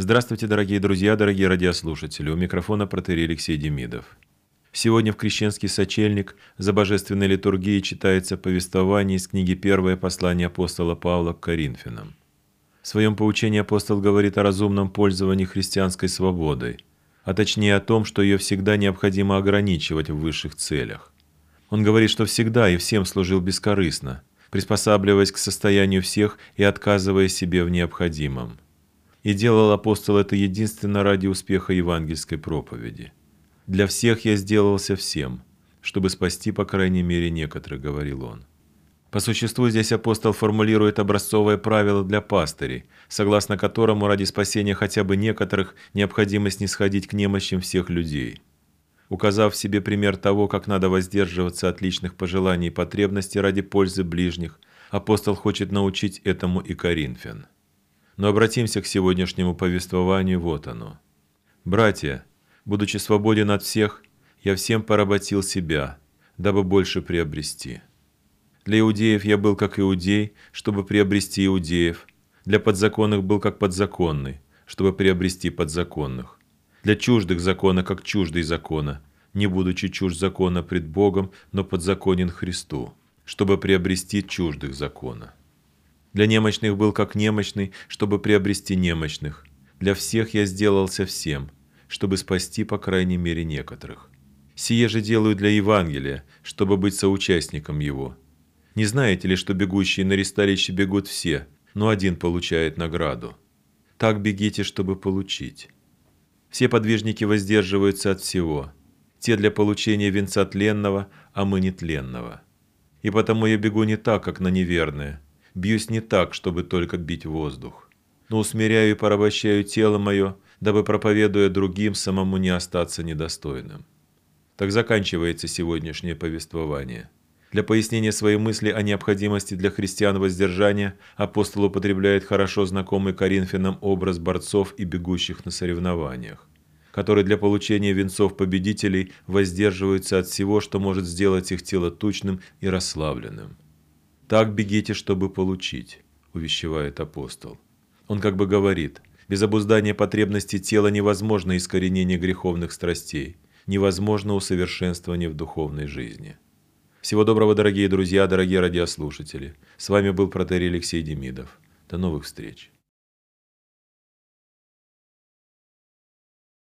Здравствуйте, дорогие друзья, дорогие радиослушатели. У микрофона протоиерей Алексей Демидов. Сегодня в крещенский сочельник за божественной литургией читается повествование из книги «Первое послание апостола Павла к Коринфянам». В своем поучении апостол говорит о разумном пользовании христианской свободой, а точнее о том, что ее всегда необходимо ограничивать в высших целях. Он говорит, что всегда и всем служил бескорыстно, приспосабливаясь к состоянию всех и отказывая себе в необходимом. И делал апостол это единственно ради успеха евангельской проповеди. «Для всех я сделался всем, чтобы спасти, по крайней мере, некоторых», — говорил он. По существу здесь апостол формулирует образцовое правило для пастырей, согласно которому ради спасения хотя бы некоторых необходимо снисходить к немощам всех людей. Указав в себе пример того, как надо воздерживаться от личных пожеланий и потребностей ради пользы ближних, апостол хочет научить этому и коринфян. Но обратимся к сегодняшнему повествованию, вот оно. «Братья, будучи свободен от всех, я всем поработил себя, дабы больше приобрести. Для иудеев я был как иудей, чтобы приобрести иудеев, для подзаконных был как подзаконный, чтобы приобрести подзаконных, для чуждых закона как чуждый закона, не будучи чужд закона пред Богом, но подзаконен Христу, чтобы приобрести чуждых закона. Для немощных был как немощный, чтобы приобрести немощных. Для всех я сделался всем, чтобы спасти, по крайней мере, некоторых. Сие же делаю для Евангелия, чтобы быть соучастником его. Не знаете ли, что бегущие на ресталище бегут все, но один получает награду? Так бегите, чтобы получить. Все подвижники воздерживаются от всего. Те для получения венца тленного, а мы нетленного. И потому я бегу не так, как на неверное. Бьюсь не так, чтобы только бить воздух, но усмиряю и порабощаю тело мое, дабы, проповедуя другим, самому не остаться недостойным». Так заканчивается сегодняшнее повествование. Для пояснения своей мысли о необходимости для христиан воздержания апостол употребляет хорошо знакомый Коринфянам образ борцов и бегущих на соревнованиях, которые для получения венцов победителей воздерживаются от всего, что может сделать их тело тучным и расслабленным. «Так бегите, чтобы получить», — увещевает апостол. Он как бы говорит, без обуздания потребностей тела невозможно искоренение греховных страстей, невозможно усовершенствование в духовной жизни. Всего доброго, дорогие друзья, дорогие радиослушатели. С вами был протоиерей Алексей Демидов. До новых встреч.